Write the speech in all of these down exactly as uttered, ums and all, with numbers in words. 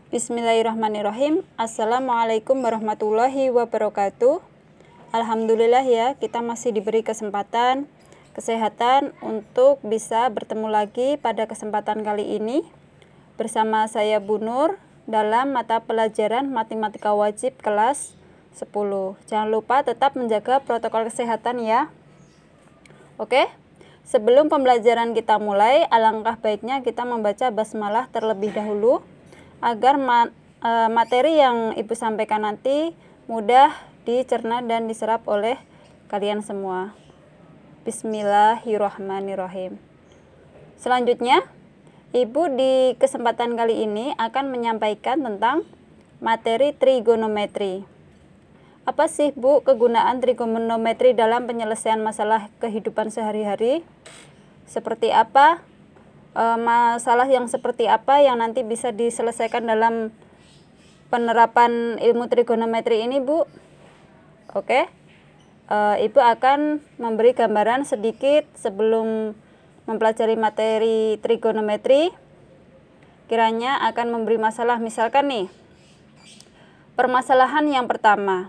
Bismillahirrahmanirrahim. Assalamualaikum warahmatullahi wabarakatuh. Alhamdulillah ya, kita masih diberi kesempatan kesehatan untuk bisa bertemu lagi pada kesempatan kali ini bersama saya Bu Nur dalam mata pelajaran matematika wajib kelas sepuluh. Jangan lupa tetap menjaga protokol kesehatan ya. Oke, sebelum pembelajaran kita mulai, alangkah baiknya kita membaca basmalah terlebih dahulu agar ma e, materi yang Ibu sampaikan nanti mudah dicerna dan diserap oleh kalian semua. Bismillahirrahmanirrahim. Selanjutnya, Ibu di kesempatan kali ini akan menyampaikan tentang materi trigonometri. Apa sih Bu kegunaan trigonometri dalam penyelesaian masalah kehidupan sehari-hari? Seperti apa? E, masalah yang seperti apa yang nanti bisa diselesaikan dalam penerapan ilmu trigonometri ini Bu? Oke, e, Ibu akan memberi gambaran sedikit sebelum mempelajari materi trigonometri. Kiranya akan memberi masalah, misalkan nih, permasalahan yang pertama.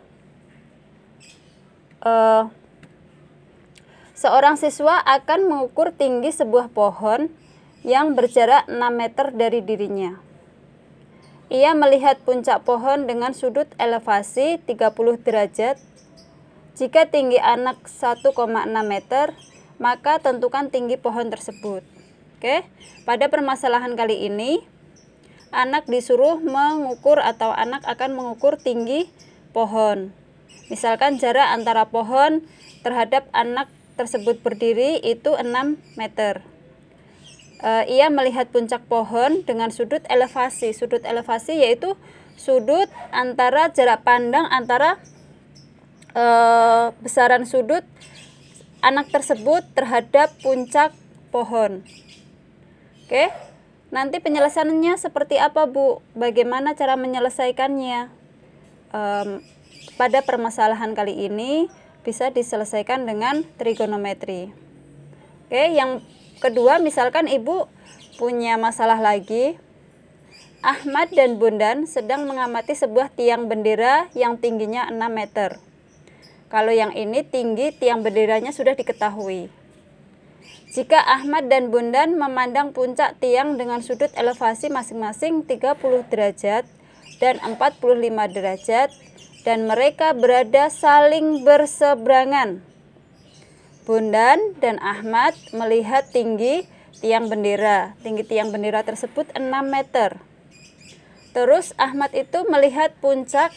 E, seorang siswa akan mengukur tinggi sebuah pohon yang berjarak enam meter dari dirinya. Ia melihat puncak pohon dengan sudut elevasi tiga puluh derajat. Jika tinggi anak satu koma enam meter, maka tentukan tinggi pohon tersebut. Oke, pada permasalahan kali ini, anak disuruh mengukur atau anak akan mengukur tinggi pohon. Misalkan jarak antara pohon terhadap anak tersebut berdiri itu enam meter. E, ia melihat puncak pohon dengan sudut elevasi. Sudut elevasi yaitu sudut antara jarak pandang antara e, besaran sudut anak tersebut terhadap puncak pohon. Oke, nanti penyelesaiannya seperti apa Bu? Bagaimana cara menyelesaikannya? E, pada permasalahan kali ini bisa diselesaikan dengan trigonometri. Oke, yang kedua, misalkan Ibu punya masalah lagi. Ahmad dan Bondan sedang mengamati sebuah tiang bendera yang tingginya enam meter. Kalau yang ini tinggi tiang benderanya sudah diketahui. Jika Ahmad dan Bondan memandang puncak tiang dengan sudut elevasi masing-masing tiga puluh derajat dan empat puluh lima derajat dan mereka berada saling berseberangan, Bondan dan Ahmad melihat tinggi tiang bendera. Tinggi tiang bendera tersebut enam meter. Terus Ahmad itu melihat puncak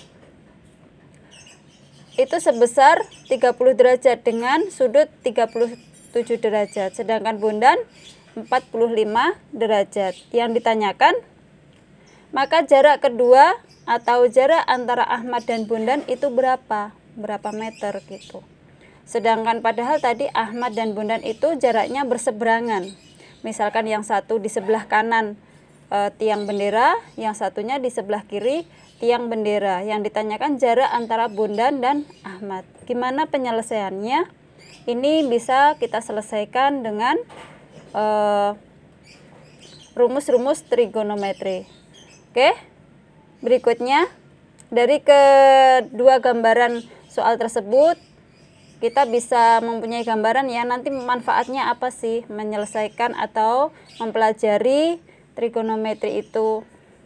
itu sebesar tiga puluh derajat dengan sudut tiga puluh tujuh derajat. Sedangkan Bondan empat puluh lima derajat. Yang ditanyakan, maka jarak kedua atau jarak antara Ahmad dan Bondan itu berapa? Berapa meter gitu. Sedangkan padahal tadi Ahmad dan Bondan itu jaraknya berseberangan. Misalkan yang satu di sebelah kanan e, tiang bendera, yang satunya di sebelah kiri tiang bendera. Yang ditanyakan jarak antara Bondan dan Ahmad. Gimana penyelesaiannya? Ini bisa kita selesaikan dengan e, rumus-rumus trigonometri. Oke, berikutnya dari kedua gambaran soal tersebut kita bisa mempunyai gambaran ya nanti manfaatnya apa sih menyelesaikan atau mempelajari trigonometri itu.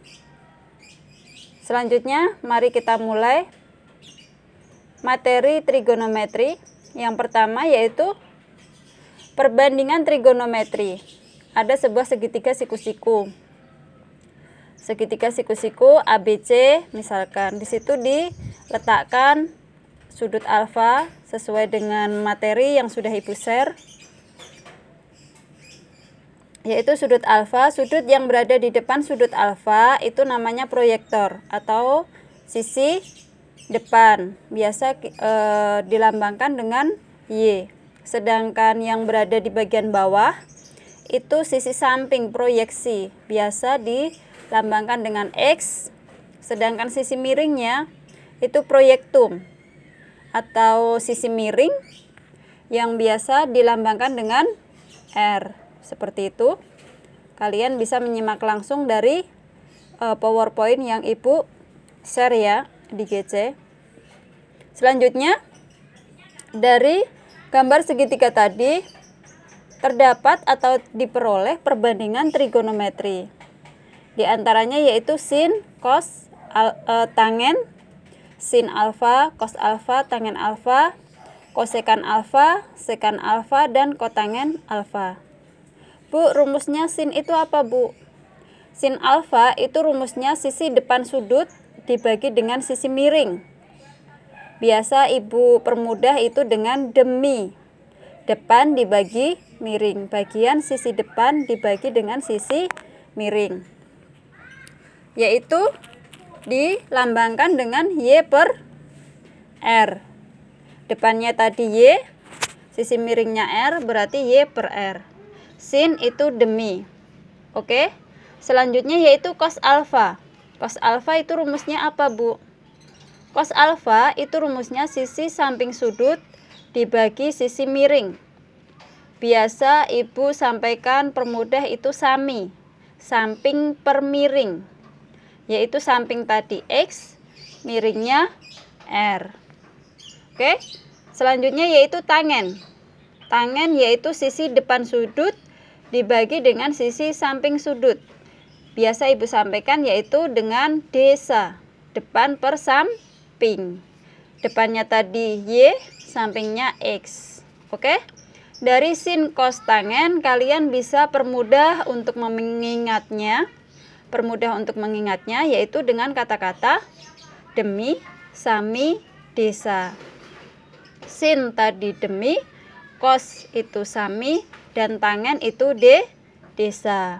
Selanjutnya mari kita mulai materi trigonometri. Yang pertama yaitu perbandingan trigonometri. Ada sebuah segitiga siku-siku. Segitiga siku-siku A B C misalkan. Di situ diletakkan sudut alfa sesuai dengan materi yang sudah Ibu share, yaitu sudut alfa. Sudut yang berada di depan sudut alfa itu namanya proyektor atau sisi depan, biasa e, dilambangkan dengan Y. Sedangkan yang berada di bagian bawah itu sisi samping, proyeksi, biasa dilambangkan dengan X. Sedangkan sisi miringnya itu proyektum atau sisi miring yang biasa dilambangkan dengan R. Seperti itu. Kalian bisa menyimak langsung dari uh, PowerPoint yang Ibu share ya di G C. Selanjutnya, dari gambar segitiga tadi terdapat atau diperoleh perbandingan trigonometri. Di antaranya yaitu sin, cos, al, uh, tangen, sin alfa, cos alfa, tangen alfa, kosekan alfa, sekan alfa, dan kotangen alfa. Bu, rumusnya sin itu apa, Bu? Sin alfa itu rumusnya sisi depan sudut dibagi dengan sisi miring. Biasa Ibu permudah itu dengan demi. Depan dibagi miring. Bagian sisi depan dibagi dengan sisi miring. Yaitu dilambangkan dengan Y per R. Depannya tadi Y, sisi miringnya R, berarti Y per R. Sin itu demi. Oke. Selanjutnya yaitu cos alfa. Cos alfa itu rumusnya apa, Bu? Cos alfa itu rumusnya sisi samping sudut dibagi sisi miring. Biasa Ibu sampaikan permudah itu sami. Samping per miring. Yaitu samping tadi X, miringnya R. Oke, selanjutnya yaitu tangen. Tangen yaitu sisi depan sudut dibagi dengan sisi samping sudut. Biasa Ibu sampaikan yaitu dengan desa, depan per samping. Depannya tadi Y, sampingnya X. Oke, dari sin cos tangen kalian bisa permudah untuk mengingatnya. Permudah untuk mengingatnya yaitu dengan kata-kata demi, sami, desa. Sin tadi demi, cos itu sami, dan tangen itu de, desa.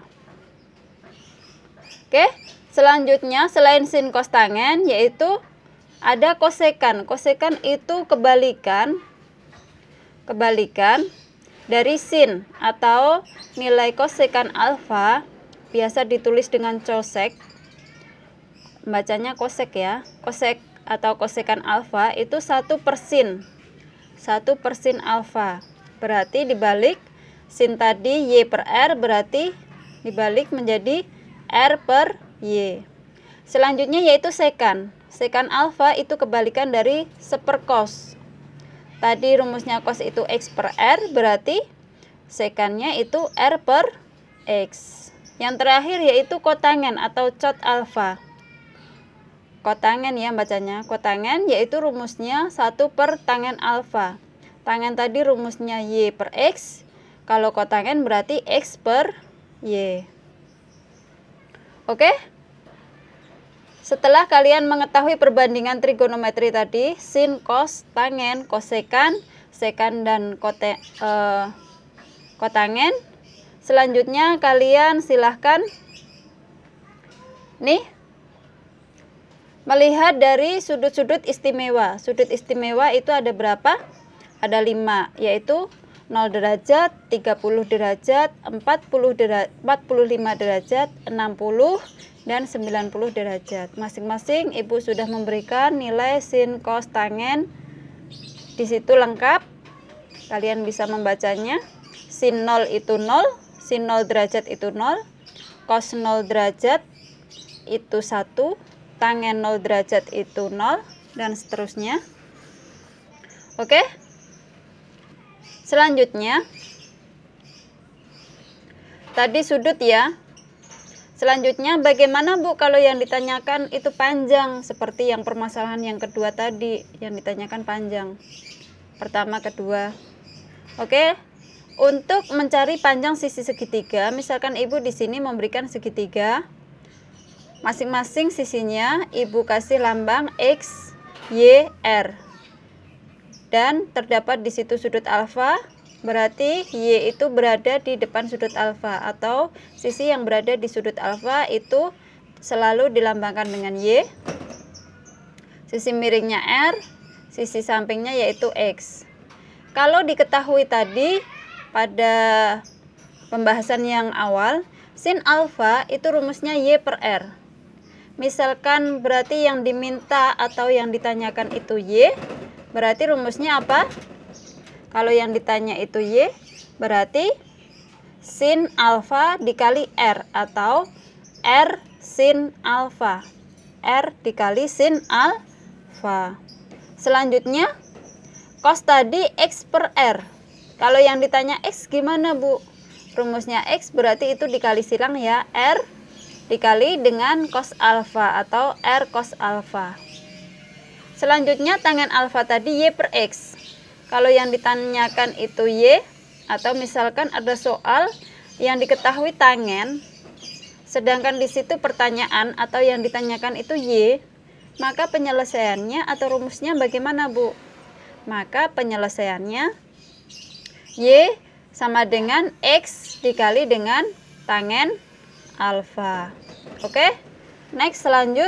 Oke, selanjutnya selain sin cos tangen yaitu ada kosekan. Kosekan itu kebalikan kebalikan dari sin atau nilai kosekan alfa, biasa ditulis dengan cosek. Bacanya kosek ya. Kosek atau kosekan alfa itu satu per sin. satu per sin alfa. Berarti dibalik sin tadi Y per R, berarti dibalik menjadi R per Y. Selanjutnya yaitu sekan. Sekan alfa itu kebalikan dari seperkos. Tadi rumusnya cos itu X per R, berarti sekannya itu R per X. Yang terakhir yaitu kotangen atau cot alfa. Kotangen ya bacanya. Kotangen yaitu rumusnya satu per tangen alfa. Tangen tadi rumusnya Y per X. Kalau kotangen berarti X per Y. Oke? Setelah kalian mengetahui perbandingan trigonometri tadi, sin, cos, tangen, kosekan, sekan, dan kote, eh, kotangen, selanjutnya kalian silahkan nih melihat dari sudut-sudut istimewa. Sudut istimewa itu ada berapa? Ada lima, yaitu nol derajat, tiga puluh derajat, empat puluh derajat, empat puluh lima derajat, enam puluh, dan sembilan puluh derajat. Masing-masing Ibu sudah memberikan nilai sin, cos, tangen. Di situ lengkap. Kalian bisa membacanya. Sin nol itu nol, sin nol derajat itu nol, cos nol derajat itu satu, tangen nol derajat itu nol, dan seterusnya. Oke? Selanjutnya, tadi sudut ya. Selanjutnya, bagaimana Bu kalau yang ditanyakan itu panjang, seperti yang permasalahan yang kedua tadi, yang ditanyakan panjang. Pertama, kedua. Oke, untuk mencari panjang sisi segitiga, misalkan Ibu di sini memberikan segitiga, masing-masing sisinya Ibu kasih lambang X, Y, R. Dan terdapat di situ sudut alfa, berarti Y itu berada di depan sudut alfa, atau sisi yang berada di sudut alfa itu selalu dilambangkan dengan Y. Sisi miringnya R, sisi sampingnya yaitu X. Kalau diketahui tadi pada pembahasan yang awal, sin alfa itu rumusnya Y per R. Misalkan berarti yang diminta atau yang ditanyakan itu Y, berarti rumusnya apa? Kalau yang ditanya itu Y, berarti sin alfa dikali R, atau R sin alfa. R dikali sin alfa. Selanjutnya, cos tadi X per R. Kalau yang ditanya X gimana, Bu? Rumusnya X berarti itu dikali silang ya. R dikali dengan cos alfa atau R cos alfa. Selanjutnya, tangen alfa tadi Y per X. Kalau yang ditanyakan itu Y, atau misalkan ada soal yang diketahui tangen, sedangkan di situ pertanyaan atau yang ditanyakan itu Y, maka penyelesaiannya atau rumusnya bagaimana, Bu? Maka penyelesaiannya Y sama dengan X dikali dengan tangen alfa. Oke, next selanjut.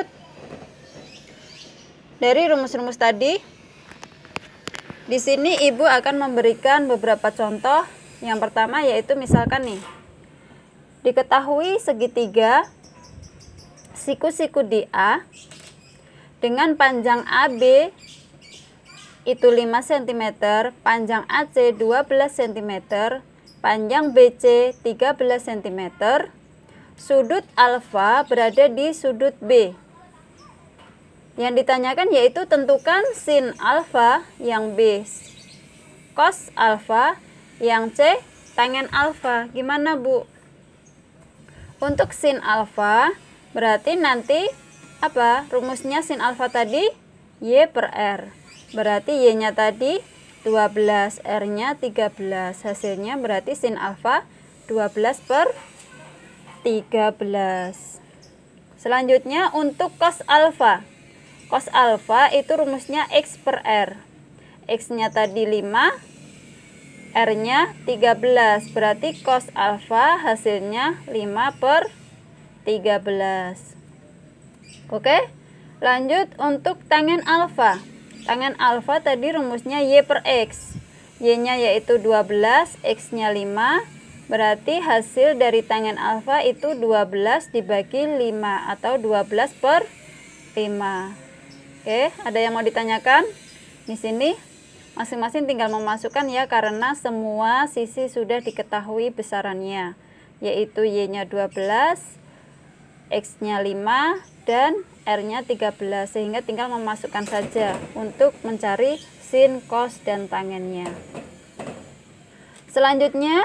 Dari rumus-rumus tadi, di sini Ibu akan memberikan beberapa contoh. Yang pertama yaitu misalkan nih, diketahui segitiga siku-siku di A dengan panjang A B itu lima sentimeter, panjang A C dua belas sentimeter, panjang B C tiga belas sentimeter, sudut alfa berada di sudut B. Yang ditanyakan yaitu tentukan sin alfa, yang B cos alfa, yang C tangen alfa. Gimana, Bu? Untuk sin alfa berarti nanti apa? Rumusnya sin alfa tadi Y per R. Berarti Y-nya tadi dua belas, R-nya tiga belas. Hasilnya berarti sin alfa dua belas per tiga belas. Selanjutnya untuk cos alfa. Cos alfa itu rumusnya X per R. X-nya tadi lima, R-nya tiga belas. Berarti cos alfa hasilnya lima per tiga belas. Oke, lanjut untuk tangen alfa. Tangen alfa tadi rumusnya Y per X. Y-nya yaitu dua belas, X-nya lima. Berarti hasil dari tangen alfa itu dua belas dibagi lima atau dua belas per lima. Oke, ada yang mau ditanyakan? Di sini masing-masing tinggal memasukkan ya, karena semua sisi sudah diketahui besarannya, yaitu Y-nya dua belas, X-nya lima, dan R-nya tiga belas, sehingga tinggal memasukkan saja untuk mencari sin, cos, dan tangennya. Selanjutnya,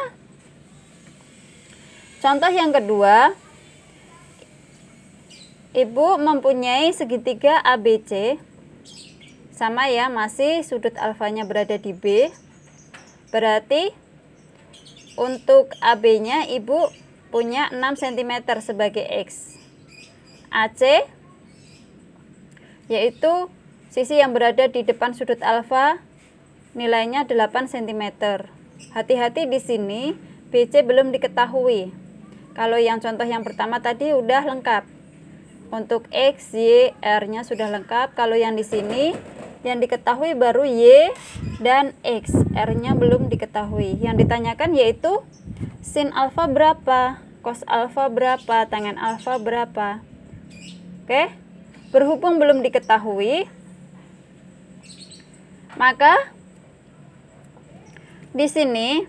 contoh yang kedua, Ibu mempunyai segitiga A B C, sama ya, masih sudut alfanya berada di B. Berarti untuk A B-nya Ibu punya enam sentimeter sebagai X. A C yaitu sisi yang berada di depan sudut alfa, nilainya delapan sentimeter. Hati-hati di sini, B C belum diketahui. Kalau yang contoh yang pertama tadi udah lengkap. Untuk X, Y, R-nya sudah lengkap. Kalau yang di sini yang diketahui baru Y dan X, R-nya belum diketahui. Yang ditanyakan yaitu sin alfa berapa, cos alfa berapa, tangen alfa berapa. Oke, berhubung belum diketahui, maka di sini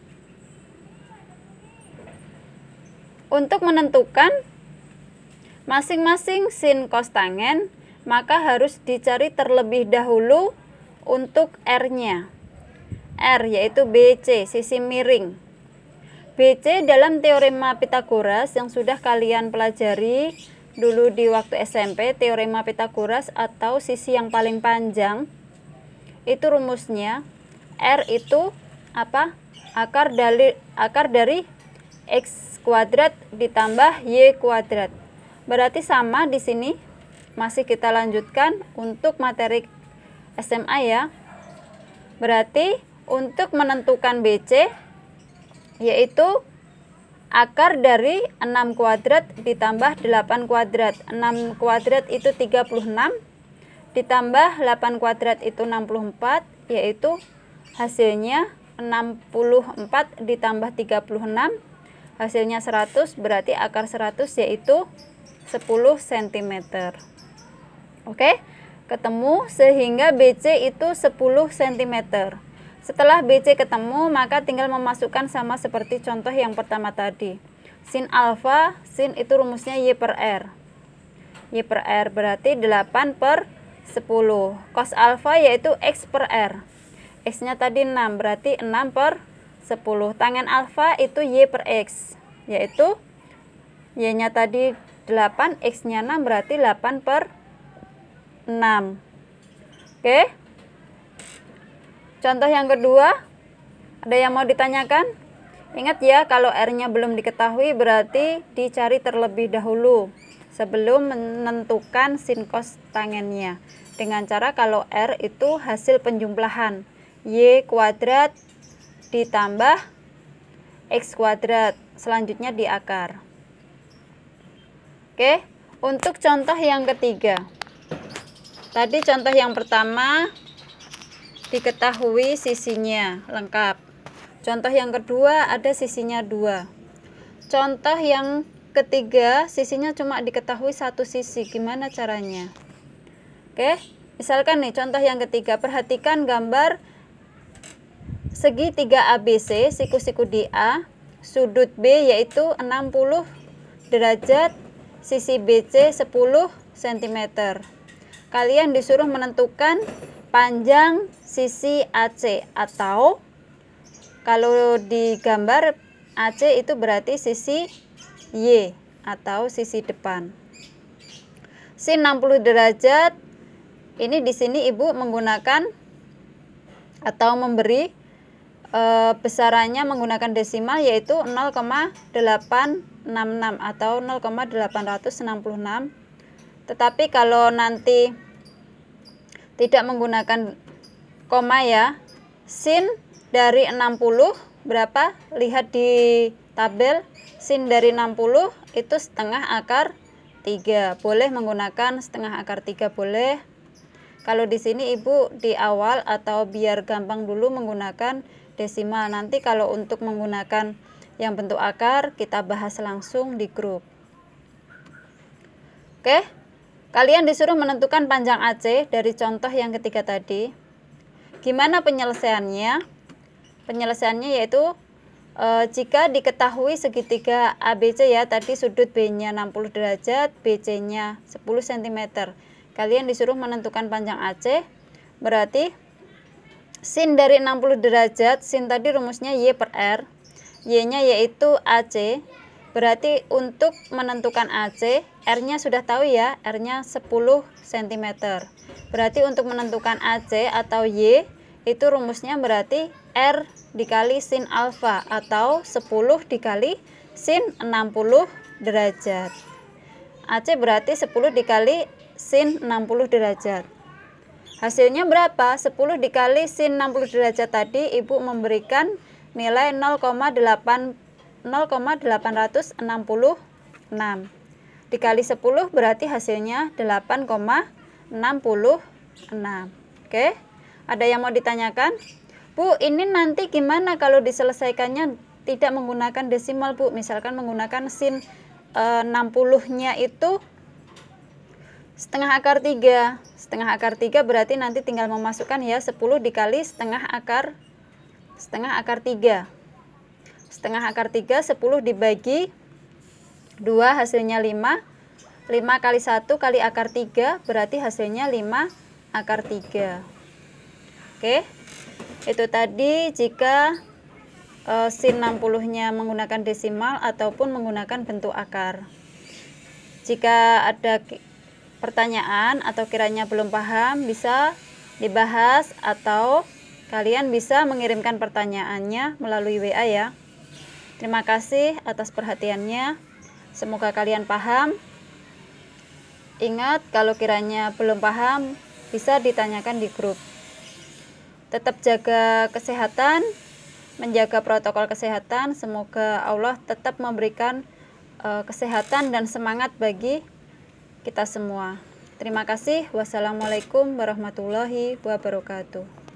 untuk menentukan masing-masing sin, cos, tangen, maka harus dicari terlebih dahulu untuk R-nya. R yaitu B C, sisi miring. B C dalam teorema Pythagoras yang sudah kalian pelajari dulu di waktu S M P, teorema Pythagoras atau sisi yang paling panjang, itu rumusnya R itu apa? Akar dari akar dari X kuadrat ditambah Y kuadrat. Berarti sama di sini, masih kita lanjutkan untuk materi S M A ya. Berarti untuk menentukan B C yaitu akar dari enam kuadrat ditambah delapan kuadrat. enam kuadrat itu tiga puluh enam ditambah delapan kuadrat itu enam puluh empat, yaitu hasilnya enam puluh empat ditambah tiga puluh enam, hasilnya seratus. Berarti akar seratus yaitu sepuluh sentimeter. Oke, ketemu sehingga B C itu sepuluh sentimeter. Setelah B C ketemu, maka tinggal memasukkan sama seperti contoh yang pertama tadi. sin alfa, sin itu rumusnya Y per R. Y per R berarti delapan per sepuluh. Cos alfa yaitu X per R. X-nya tadi enam, berarti enam per sepuluh. Tangen alfa itu Y per X, yaitu Y-nya tadi delapan, X-nya enam, berarti delapan per enam. Oke. Contoh yang kedua, ada yang mau ditanyakan? Ingat ya, kalau R-nya belum diketahui berarti dicari terlebih dahulu sebelum menentukan sin cos tangennya. Dengan cara kalau R itu hasil penjumlahan Y kuadrat ditambah X kuadrat, selanjutnya di akar. Oke, untuk contoh yang ketiga. Tadi contoh yang pertama diketahui sisinya lengkap. Contoh yang kedua ada sisinya dua. Contoh yang ketiga sisinya cuma diketahui satu sisi. Gimana caranya? Oke, misalkan nih contoh yang ketiga, perhatikan gambar segitiga A B C, siku-siku di A, sudut B yaitu enam puluh derajat, sisi B C sepuluh sentimeter. Kalian disuruh menentukan panjang sisi A C, atau kalau di gambar A C itu berarti sisi Y atau sisi depan. Sin enam puluh derajat ini di sini Ibu menggunakan atau memberi e, besarannya menggunakan desimal yaitu nol koma delapan enam enam atau nol koma delapan enam enam. Tetapi kalau nanti tidak menggunakan koma ya, sin dari enam puluh berapa? Lihat di tabel, sin dari enam puluh itu setengah akar tiga. Boleh menggunakan setengah akar tiga, boleh. Kalau di sini Ibu di awal atau biar gampang dulu menggunakan desimal. Nanti kalau untuk menggunakan yang bentuk akar kita bahas langsung di grup. Oke, kalian disuruh menentukan panjang A C dari contoh yang ketiga tadi. Gimana penyelesaiannya? Penyelesaiannya yaitu e, jika diketahui segitiga A B C ya, tadi sudut B-nya enam puluh derajat, B C-nya sepuluh sentimeter. Kalian disuruh menentukan panjang A C, berarti sin dari enam puluh derajat, sin tadi rumusnya Y per R, Y-nya yaitu A C, berarti untuk menentukan A C, R-nya sudah tahu ya, R-nya sepuluh sentimeter. Berarti untuk menentukan A C atau Y, itu rumusnya berarti R dikali sin alfa atau sepuluh dikali sin enam puluh derajat. A C berarti sepuluh dikali sin enam puluh derajat. Hasilnya berapa? sepuluh dikali sin enam puluh derajat tadi Ibu memberikan nilai nol koma delapan enam enam. Dikali sepuluh berarti hasilnya delapan koma enam enam. Oke, ada yang mau ditanyakan? Bu, ini nanti gimana kalau diselesaikannya tidak menggunakan desimal, Bu? Misalkan menggunakan sin e, enam puluh-nya itu setengah akar tiga. Setengah akar tiga berarti nanti tinggal memasukkan ya sepuluh dikali setengah akar setengah akar tiga. Setengah akar tiga, sepuluh dibagi dua hasilnya lima. lima kali satu kali akar tiga berarti hasilnya lima akar tiga. Oke. Itu tadi jika e, sin enam puluh-nya menggunakan desimal ataupun menggunakan bentuk akar. Jika ada pertanyaan atau kiranya belum paham, bisa dibahas atau kalian bisa mengirimkan pertanyaannya melalui W A ya. Terima kasih atas perhatiannya. Semoga kalian paham. Ingat, kalau kiranya belum paham, bisa ditanyakan di grup. Tetap jaga kesehatan, menjaga protokol kesehatan. Semoga Allah tetap memberikan uh, kesehatan dan semangat bagi kita semua. Terima kasih. Wassalamualaikum warahmatullahi wabarakatuh.